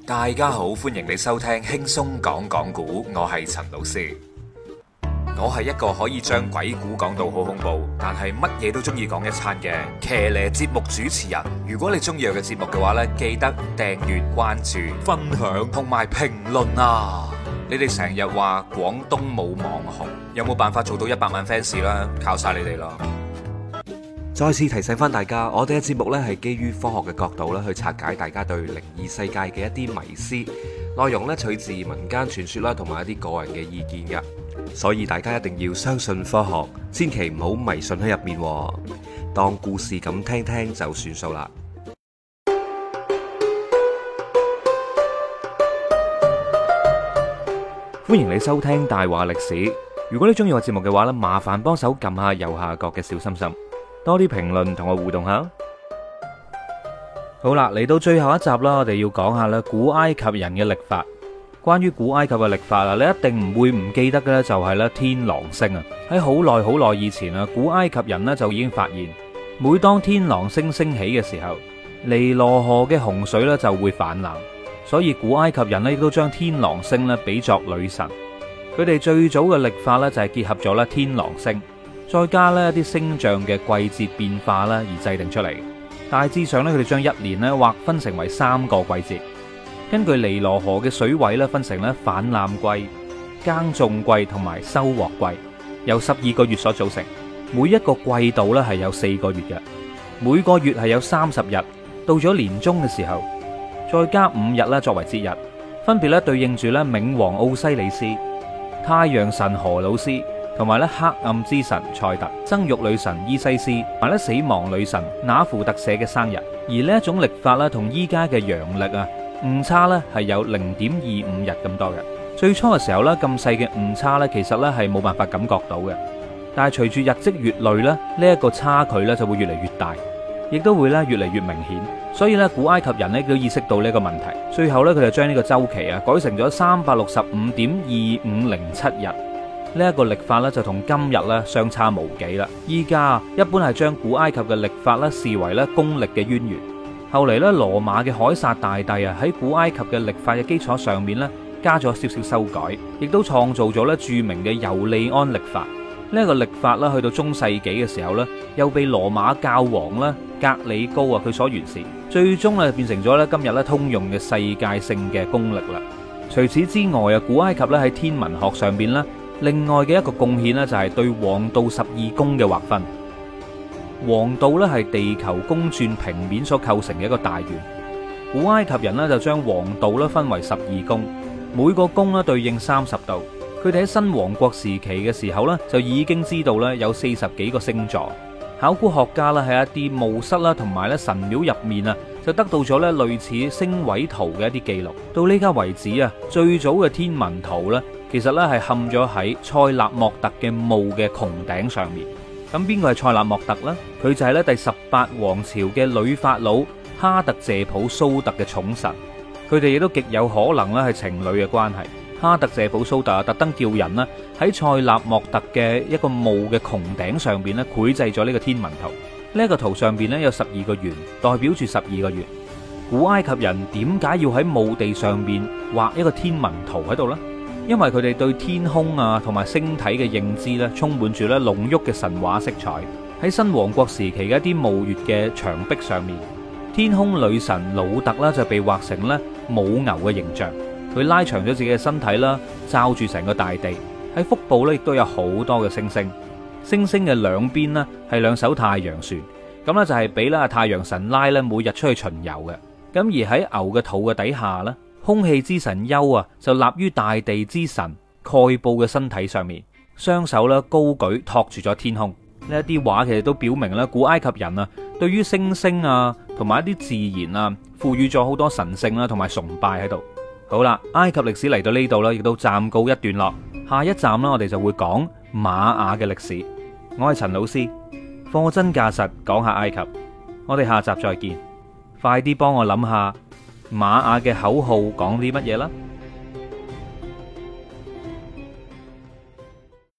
大家好，歡迎你收聽輕鬆講講古，我係陳老師。我係一個可以將鬼故講到好恐怖，但係乜嘢都中意講一餐嘅騎呢節目主持人。如果你中意我嘅節目嘅話呢，記得訂閱、關注、分享同埋評論啊！你哋成日話廣東冇網紅，有冇辦法做到100萬 fans 啦？靠晒你哋啦！再次提醒翻大家，我哋嘅節目呢係基於科學嘅角度咧去拆解大家對靈異世界嘅一啲迷思，內容呢取自民間傳說啦，同埋一啲個人嘅意見嘅，所以大家一定要相信科學，千祈唔好迷信喺入面，當故事咁聽聽就算數啦。歡迎你收聽大話歷史。如果你中意我節目嘅話呢，麻煩幫手撳下右下角嘅小心心，多啲評論同我互動下。好啦，嚟到最後一集啦，我哋要講下咧古埃及人嘅曆法。關於古埃及嘅曆法啊，你一定唔會唔記得嘅咧，就係咧天狼星啊。喺好耐好耐以前啊，古埃及人呢就已經發現，每當天狼星升起嘅時候，尼羅河嘅洪水咧就會氾濫。所以古埃及人呢亦都將天狼星咧比作女神。佢哋最早嘅曆法咧就係結合咗咧天狼星，再加呢一啲星象嘅季節變化啦而制定出嚟。大致上咧，佢哋將一年咧劃分成為3個季節，根據尼羅河嘅水位咧分成咧泛濫季、耕種季同埋收穫季，由12個月所組成。每一個季度咧係有4個月嘅，每個月係有30日。到咗年終嘅時候，再加5日咧作為節日，分別咧對應住咧冥王奧西里斯、太陽神荷魯斯同埋咧黑暗之神塞特、生育女神伊西斯同埋咧死亡女神那芙特舍嘅生日。而呢一種曆法咧同依家嘅陽曆啊誤差咧係有0.25日咁多嘅。最初嘅時候咧咁細嘅誤差咧其實咧係冇辦法感覺到嘅，但係隨住日積月累咧呢一個差距咧就會越嚟越大，亦都會咧越嚟越明顯。所以咧古埃及人咧都意識到呢個問題，最後咧佢就將呢個周期啊改成咗365.2507日。呢一個曆法咧就同今日咧相差無幾啦。依家一般係將古埃及嘅曆法咧視為咧公曆嘅淵源。後嚟咧羅馬嘅凱撒大帝啊喺古埃及嘅曆法嘅基礎上面咧加咗少少修改，亦都創造咗咧著名嘅尤利安曆法。呢一個曆法啦，去到中世紀嘅時候咧，又被羅馬教皇啦格里高啊佢所完善，最終咧變成咗咧今日咧通用嘅世界性嘅公曆啦。除此之外啊，古埃及咧喺天文學上邊咧，另外嘅一個貢獻咧就係對黃道12宮嘅劃分。黃道咧係地球公轉平面所構成嘅一個大圓。古埃及人咧就將黃道咧分為12宮，每個宮咧對應30度。佢哋喺新王國時期嘅時候咧，就已經知道咧有40幾個星座。考古學家啦喺一啲墓室啦同埋咧神廟入面啊，就得到咗咧類似星位圖嘅一啲記錄。到呢家為止啊，最早嘅天文圖咧，其實咧係嵌咗喺塞納莫特嘅墓嘅穹頂上面。咁邊個係塞納莫特呢？佢就係咧第18王朝嘅女法老哈特謝普蘇特嘅寵臣。佢哋亦都極有可能咧係情侶嘅關係。哈特謝普蘇特特登叫人咧喺塞納莫特嘅一個墓嘅穹頂上邊咧繪製咗呢個天文圖。呢一個圖上邊咧有12個圓，代表住12個月。古埃及人點解要喺墓地上邊畫一個天文圖喺度呢？因為佢哋對天空啊同埋星體嘅認知咧充滿住咧濃郁嘅神話色彩。喺新王國時期嘅一啲墓穴嘅牆壁上面，天空女神魯特啦就被畫成咧母牛嘅形象。佢拉長咗自己嘅身體啦，罩住成個大地。喺腹部咧，亦都有好多嘅星星。星星嘅兩邊呢係2艘太陽船，咁呢就係俾啦太陽神拉咧每日出去巡遊嘅。咁而喺牛嘅肚嘅底下呢，空氣之神丘啊就立於大地之神蓋布嘅身體上面，雙手咧高舉托住咗天空。呢一啲畫其實都表明咧古埃及人啊對於星星啊同埋一啲自然啊賦予咗好多神聖啦同埋崇拜喺度。好啦，埃及歷史嚟到呢度啦，亦都暫告一段落。下一站啦，我哋就會講瑪雅嘅歷史。我係陳老師，貨真價實講下埃及。我哋下集再見。快啲幫我諗下瑪雅嘅口號講啲乜嘢啦〜